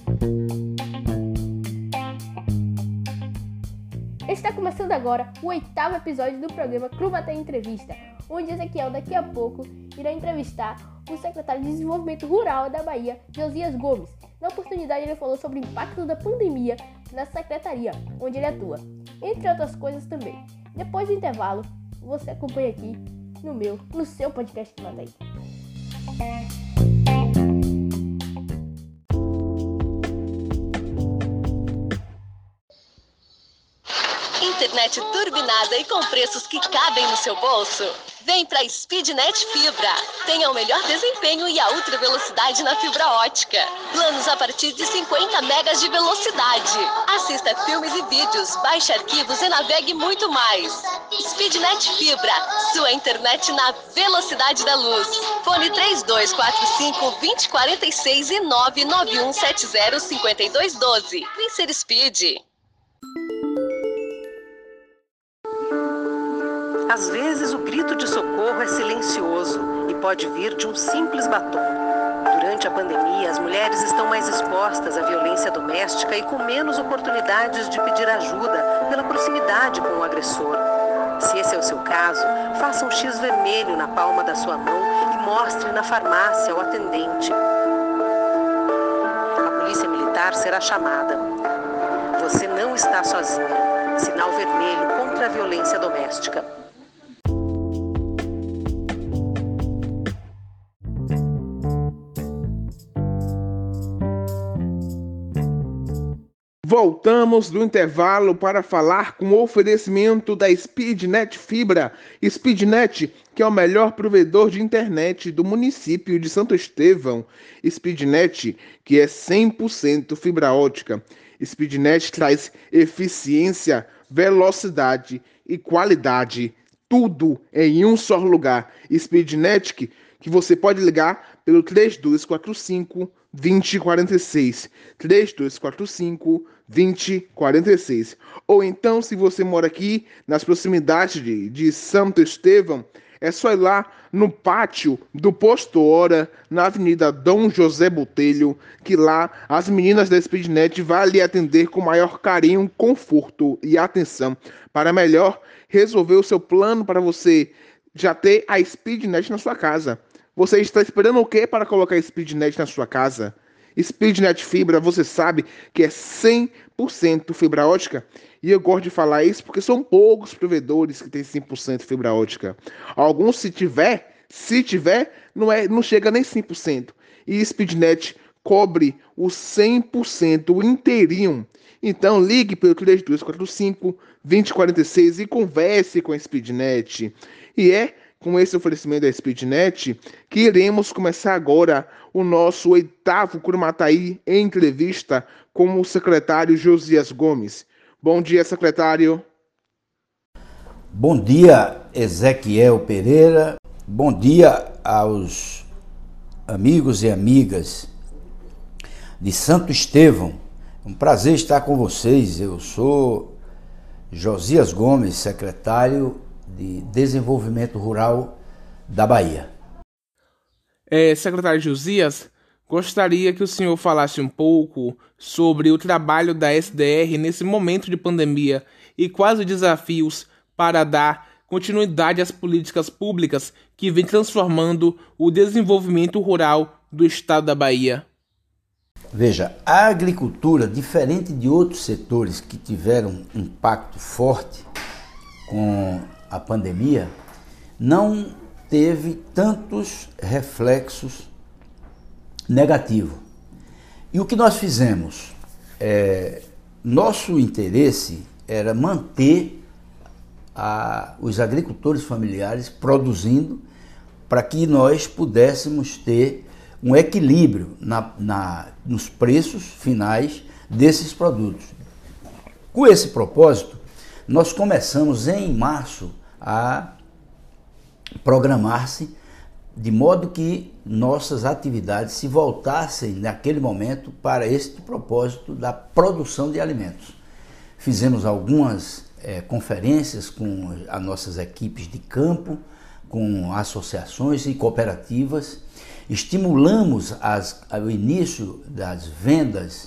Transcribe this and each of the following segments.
Está começando agora o 8º episódio do programa Clube Entrevista, onde Ezequiel daqui a pouco irá entrevistar o secretário de Desenvolvimento Rural da Bahia, Josias Gomes. Na oportunidade ele falou sobre o impacto da pandemia na secretaria onde ele atua, entre outras coisas também. Depois do intervalo, você acompanha aqui no seu podcast Mata aí. Internet turbinada e com preços que cabem no seu bolso? Vem pra Speednet Fibra. Tenha o melhor desempenho e a ultra velocidade na fibra ótica. Planos a partir de 50 megas de velocidade. Assista filmes e vídeos, baixe arquivos e navegue muito mais. Speednet Fibra, sua internet na velocidade da luz. Fone 3245-2046 e 991705212. Vem ser Speed. Às vezes, o grito de socorro é silencioso e pode vir de um simples batom. Durante a pandemia, as mulheres estão mais expostas à violência doméstica e com menos oportunidades de pedir ajuda pela proximidade com o agressor. Se esse é o seu caso, faça um X vermelho na palma da sua mão e mostre na farmácia ao atendente. A polícia militar será chamada. Você não está sozinha. Sinal vermelho contra a violência doméstica. Voltamos do intervalo para falar com o oferecimento da Speednet Fibra. Speednet, que é o melhor provedor de internet do município de Santo Estevão. Speednet, que é 100% fibra ótica. Speednet traz eficiência, velocidade e qualidade. Tudo em um só lugar. Speednet, que você pode ligar pelo 3245-2046. 3245-2046. Ou então, se você mora aqui nas proximidades de Santo Estevão, é só ir lá no pátio do Posto Hora, na Avenida Dom José Botelho, que lá as meninas da Speednet vão lhe atender com maior carinho, conforto e atenção, para melhor resolver o seu plano para você já ter a Speednet na sua casa. Você está esperando o quê para colocar a Speednet na sua casa? Speednet Fibra, você sabe que é 100% fibra ótica. E eu gosto de falar isso porque são poucos provedores que têm 100% fibra ótica. Alguns, se tiver, não chega nem 100%. E Speednet cobre o 100% inteirinho. Então ligue pelo 3245-2046 e converse com a Speednet. E é com esse oferecimento da Speednet que iremos começar agora o nosso 8º Curumataí em entrevista com o secretário Josias Gomes. Bom dia, secretário. Bom dia, Ezequiel Pereira. Bom dia aos amigos e amigas de Santo Estevão. É um prazer estar com vocês. Eu sou Josias Gomes, secretário de Desenvolvimento Rural da Bahia. Secretário Josias, gostaria que o senhor falasse um pouco sobre o trabalho da SDR nesse momento de pandemia e quais os desafios para dar continuidade às políticas públicas que vem transformando o desenvolvimento rural do estado da Bahia. Veja, a agricultura, diferente de outros setores que tiveram um impacto forte com a pandemia, não teve tantos reflexos negativos. E o que nós fizemos? Nosso interesse era manter os agricultores familiares produzindo para que nós pudéssemos ter um equilíbrio nos preços finais desses produtos. Com esse propósito, nós começamos em março a programar-se de modo que nossas atividades se voltassem naquele momento para este propósito da produção de alimentos. Fizemos algumas conferências com as nossas equipes de campo, com associações e cooperativas, estimulamos o início das vendas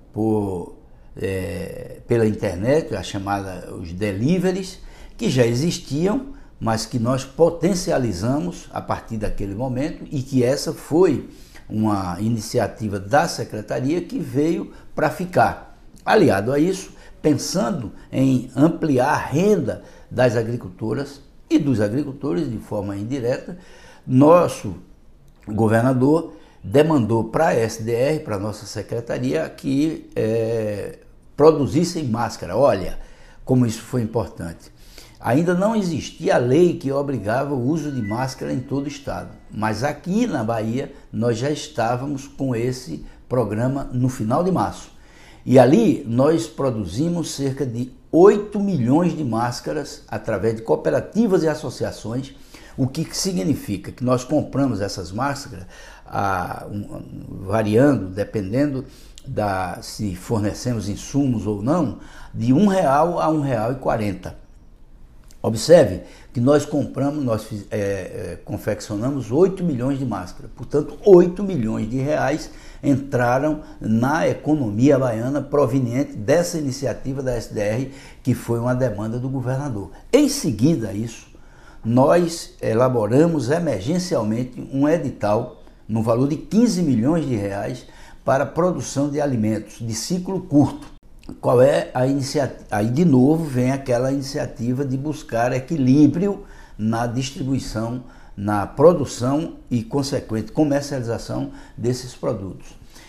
pela internet, a chamada os deliveries, que já existiam, mas que nós potencializamos a partir daquele momento, e que essa foi uma iniciativa da Secretaria que veio para ficar. Aliado a isso, pensando em ampliar a renda das agricultoras e dos agricultores de forma indireta, nosso governador demandou para a SDR, para a nossa secretaria, que produzissem máscara. Olha como isso foi importante. Ainda não existia a lei que obrigava o uso de máscara em todo o estado, mas aqui na Bahia nós já estávamos com esse programa no final de março. E ali nós produzimos cerca de 8 milhões de máscaras através de cooperativas e associações, o que significa que nós compramos essas máscaras, variando, dependendo se fornecemos insumos ou não, de R$1 a R$1,40. Observe que nós compramos, confeccionamos 8 milhões de máscaras, portanto 8 milhões de reais entraram na economia baiana proveniente dessa iniciativa da SDR, que foi uma demanda do governador. Em seguida a isso, nós elaboramos emergencialmente um edital no valor de 15 milhões de reais para a produção de alimentos de ciclo curto. Qual é a iniciativa? Aí de novo vem aquela iniciativa de buscar equilíbrio na distribuição, na produção e consequente comercialização desses produtos.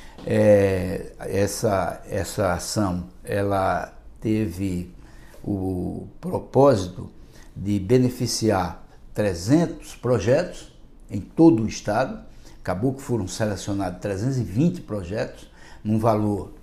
Essa ação ela teve o propósito de beneficiar 300 projetos em todo o estado. Acabou que foram selecionados 320 projetos, num valor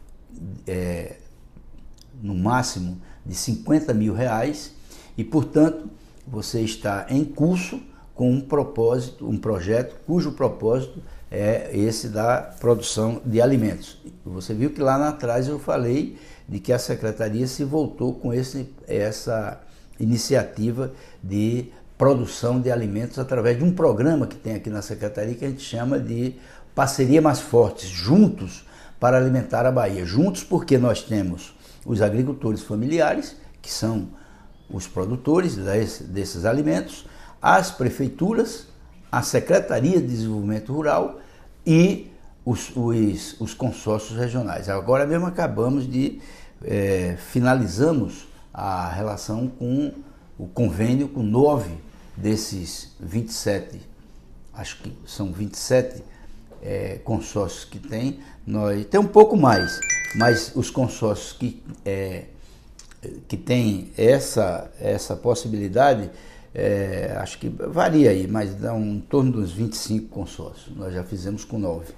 no máximo de R$50 mil, e portanto você está em curso com um projeto cujo propósito é esse da produção de alimentos. Você viu que lá atrás eu falei de que a Secretaria se voltou com essa iniciativa de produção de alimentos através de um programa que tem aqui na Secretaria que a gente chama de Parceria Mais Fortes, Juntos para Alimentar a Bahia. Juntos porque nós temos os agricultores familiares, que são os produtores desses alimentos, as prefeituras, a Secretaria de Desenvolvimento Rural e os consórcios regionais. Agora mesmo acabamos de finalizamos a relação com o convênio com 9 desses 27, acho que são 27 consórcios que tem um pouco mais, mas os consórcios que tem essa possibilidade, acho que varia aí, mas dá em torno dos 25 consórcios. Nós já fizemos com 9.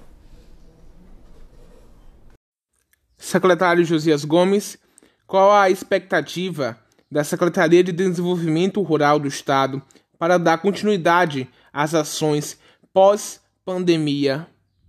Secretário Josias Gomes, qual a expectativa da Secretaria de Desenvolvimento Rural do Estado para dar continuidade às ações pós-pandemia?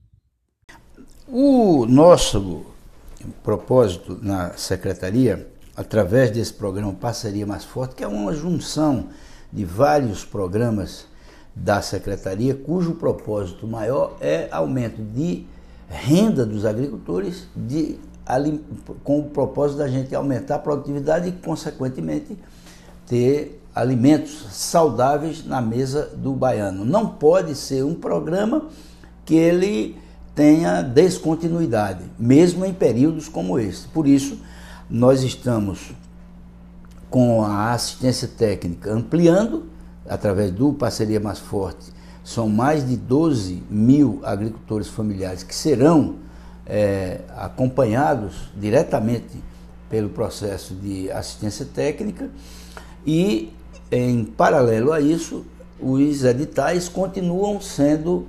O nosso propósito na Secretaria, através desse programa Parceria Mais Forte, que é uma junção de vários programas da Secretaria, cujo propósito maior é aumento de renda dos agricultores, com o propósito da gente aumentar a produtividade e, consequentemente, ter alimentos saudáveis na mesa do baiano. Não pode ser um programa que ele tenha descontinuidade, mesmo em períodos como esse. Por isso, nós estamos com a assistência técnica ampliando, através do Parceria Mais Forte, são mais de 12 mil agricultores familiares que serão acompanhados diretamente pelo processo de assistência técnica e, em paralelo a isso, os editais continuam sendo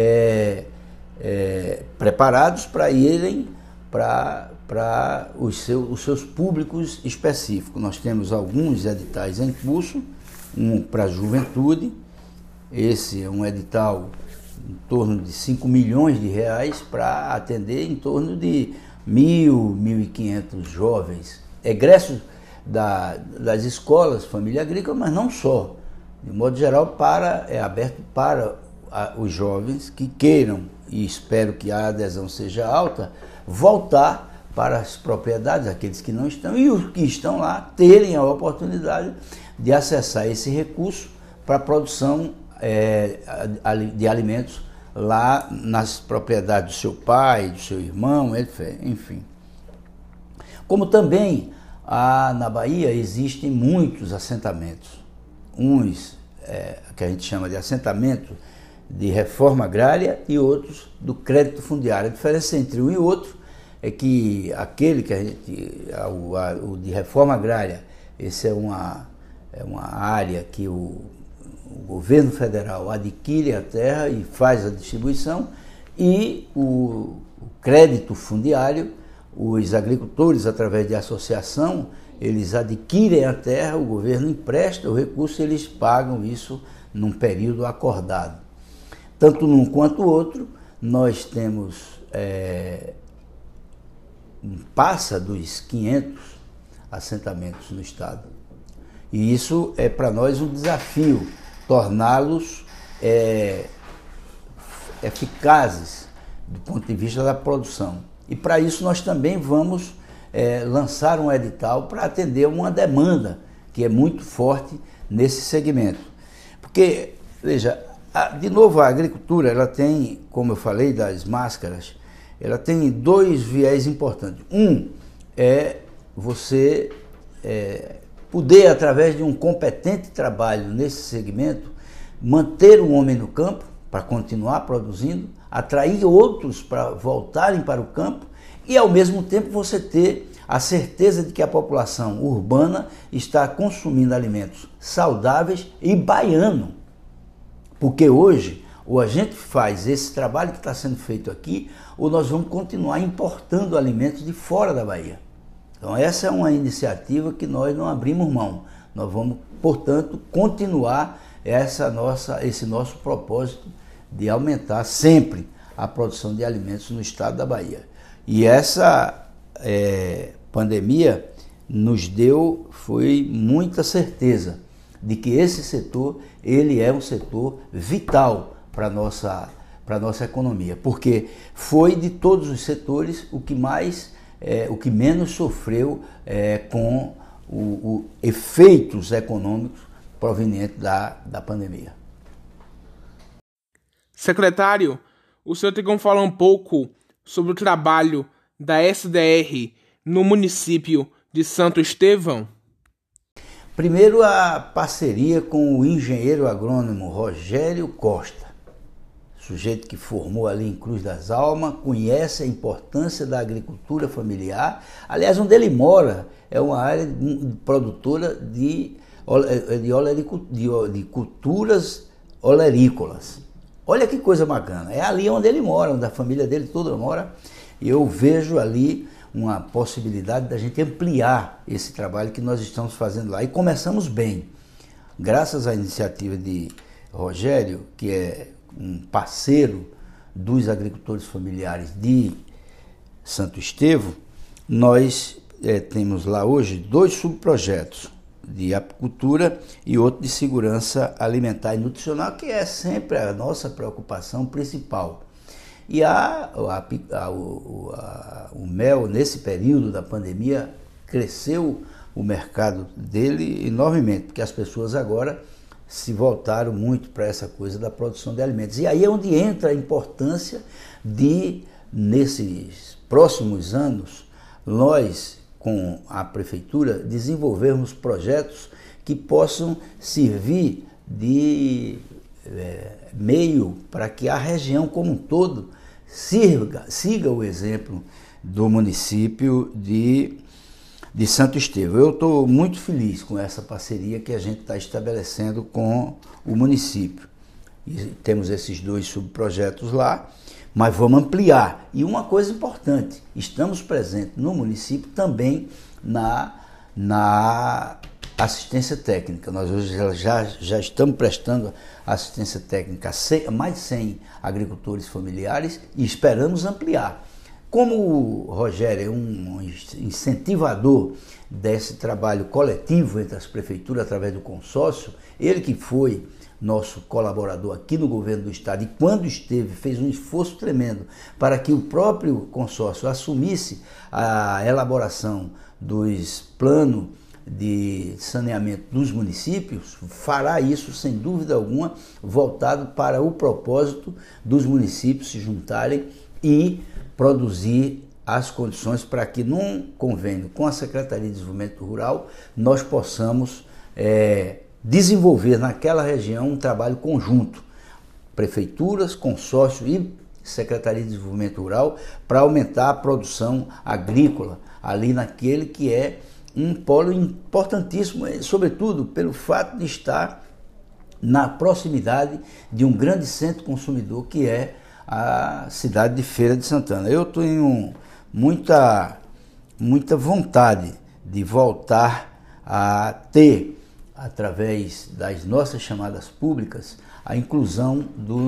preparados para irem para os seus públicos específicos. Nós temos alguns editais em curso, um para a juventude, esse é um edital em torno de 5 milhões de reais para atender em torno de 1.500 jovens, egressos das escolas Família Agrícola, mas não só. De modo geral, é aberto para os jovens que queiram, e espero que a adesão seja alta, voltar para as propriedades, aqueles que não estão, e os que estão lá terem a oportunidade de acessar esse recurso para a produção de alimentos lá nas propriedades do seu pai, do seu irmão, enfim. Como também na Bahia existem muitos assentamentos, uns que a gente chama de assentamento de reforma agrária e outros do crédito fundiário. A diferença entre um e outro é que aquele que o de reforma agrária, esse é uma área que o governo federal adquire a terra e faz a distribuição, e o crédito fundiário, os agricultores, através de associação, eles adquirem a terra, o governo empresta o recurso e eles pagam isso num período acordado. Tanto num quanto o outro, nós temos, passa dos 500 assentamentos no estado. E isso é para nós um desafio, torná-los eficazes do ponto de vista da produção. E para isso nós também vamos lançar um edital para atender uma demanda que é muito forte nesse segmento. Porque, veja, de novo, a agricultura, ela tem, como eu falei das máscaras, ela tem dois viés importantes. Um é você poder, através de um competente trabalho nesse segmento, manter o homem no campo para continuar produzindo, atrair outros para voltarem para o campo e, ao mesmo tempo, você ter a certeza de que a população urbana está consumindo alimentos saudáveis e baiano. Porque hoje, ou a gente faz esse trabalho que está sendo feito aqui, ou nós vamos continuar importando alimentos de fora da Bahia. Então essa é uma iniciativa que nós não abrimos mão. Nós vamos, portanto, continuar esse nosso propósito de aumentar sempre a produção de alimentos no estado da Bahia. E essa pandemia nos foi muita certeza de que esse setor, ele é um setor vital para a nossa economia, porque foi de todos os setores o que menos sofreu com os efeitos econômicos provenientes da pandemia. Secretário, o senhor tem como falar um pouco sobre o trabalho da SDR no município de Santo Estevão? Primeiro, a parceria com o engenheiro agrônomo Rogério Costa, sujeito que formou ali em Cruz das Almas, conhece a importância da agricultura familiar. Aliás, onde ele mora é uma área produtora de culturas olerícolas. Olha que coisa bacana, é ali onde ele mora, onde a família dele toda mora, e eu vejo ali uma possibilidade da gente ampliar esse trabalho que nós estamos fazendo lá. E começamos bem, graças à iniciativa de Rogério, que é um parceiro dos agricultores familiares de Santo Estevão. Nós temos lá hoje 2 subprojetos, de apicultura e outro de segurança alimentar e nutricional, que é sempre a nossa preocupação principal. E o mel, nesse período da pandemia, cresceu o mercado dele enormemente, porque as pessoas agora se voltaram muito para essa coisa da produção de alimentos. E aí é onde entra a importância de, nesses próximos anos, nós, com a prefeitura, desenvolvermos projetos que possam servir de meio para que a região como um todo siga o exemplo do município de Santo Estevão. Eu estou muito feliz com essa parceria que a gente está estabelecendo com o município. E temos esses 2 subprojetos lá, mas vamos ampliar. E uma coisa importante, estamos presentes no município também na assistência técnica. Nós hoje já estamos prestando assistência técnica a mais de 100 agricultores familiares e esperamos ampliar. Como o Rogério é um incentivador desse trabalho coletivo entre as prefeituras através do consórcio, ele que foi nosso colaborador aqui no governo do estado, e quando esteve, fez um esforço tremendo para que o próprio consórcio assumisse a elaboração dos planos de saneamento dos municípios, fará isso sem dúvida alguma voltado para o propósito dos municípios se juntarem e produzir as condições para que num convênio com a Secretaria de Desenvolvimento Rural nós possamos desenvolver naquela região um trabalho conjunto, prefeituras, consórcio e Secretaria de Desenvolvimento Rural, para aumentar a produção agrícola ali naquele que é um polo importantíssimo, sobretudo pelo fato de estar na proximidade de um grande centro consumidor que é a cidade de Feira de Santana. Eu tenho muita vontade de voltar a ter, através das nossas chamadas públicas, a inclusão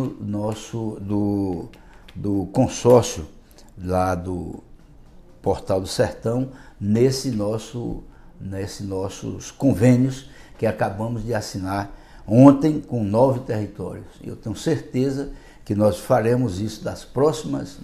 do consórcio lá do Portal do Sertão nesses nossos convênios que acabamos de assinar ontem com 9 territórios. Eu tenho certeza que nós faremos isso nas próximas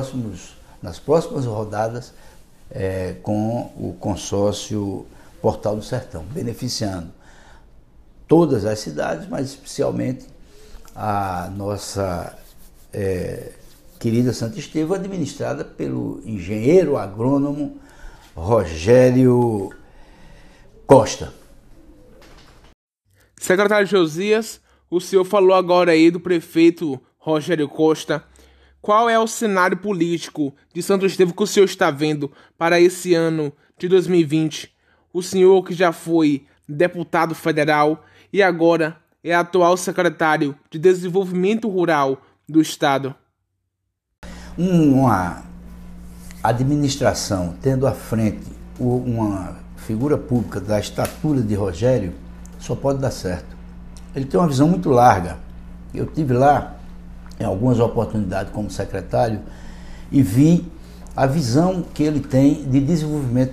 rodadas com o consórcio Portal do Sertão, beneficiando todas as cidades, mas especialmente a nossa querida Santo Estevão, administrada pelo engenheiro agrônomo Rogério Costa. Secretário Josias, o senhor falou agora aí do prefeito Rogério Costa. Qual é o cenário político de Santo Estevão que o senhor está vendo para esse ano de 2020? O senhor que já foi deputado federal e agora é atual secretário de Desenvolvimento Rural do Estado. Uma administração tendo à frente uma figura pública da estatura de Rogério só pode dar certo. Ele tem uma visão muito larga. Eu estive lá em algumas oportunidades como secretário e vi a visão que ele tem de desenvolvimento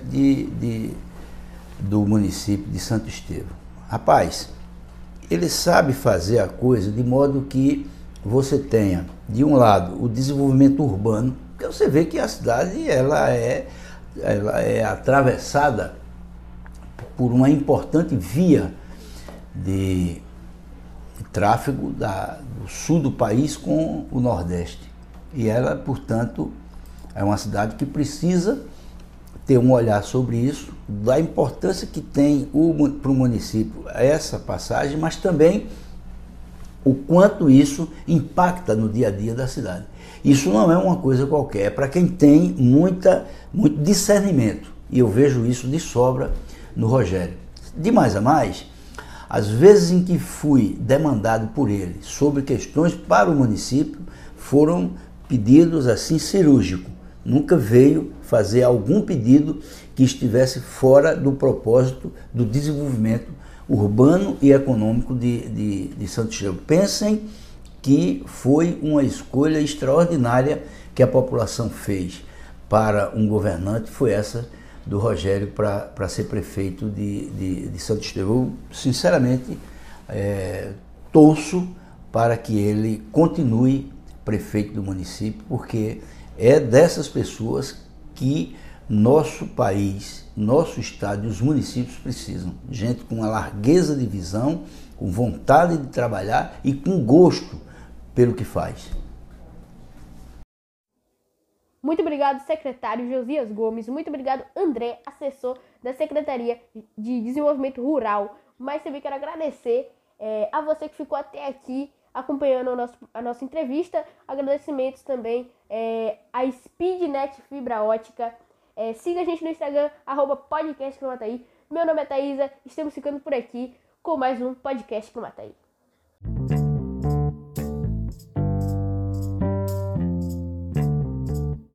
do município de Santo Estevão. Rapaz, ele sabe fazer a coisa de modo que você tenha, de um lado, o desenvolvimento urbano, porque você vê que a cidade ela é atravessada por uma importante via de tráfego do sul do país com o Nordeste. E ela, portanto, é uma cidade que precisa ter um olhar sobre isso, da importância que tem para o município essa passagem, mas também o quanto isso impacta no dia a dia da cidade. Isso não é uma coisa qualquer, é para quem tem muito discernimento, e eu vejo isso de sobra no Rogério. De mais a mais, as vezes em que fui demandado por ele sobre questões para o município, foram pedidos assim cirúrgicos. Nunca veio fazer algum pedido que estivesse fora do propósito do desenvolvimento urbano e econômico de Santo Estevão. Pensem que foi uma escolha extraordinária que a população fez para um governante, foi essa do Rogério para ser prefeito de Santo Estevão. Eu, sinceramente, torço para que ele continue prefeito do município, porque é dessas pessoas que nosso país, nosso estado e os municípios precisam. Gente com uma largueza de visão, com vontade de trabalhar e com gosto pelo que faz. Muito obrigado, secretário Josias Gomes. Muito obrigado, André, assessor da Secretaria de Desenvolvimento Rural. Mas também quero agradecer a você que ficou até aqui acompanhando a nossa entrevista. Agradecimentos também à Speednet Fibra Ótica. Siga a gente no Instagram, @podcastclimataí. Meu nome é Thaisa, estamos ficando por aqui com mais um Podcast Climataí.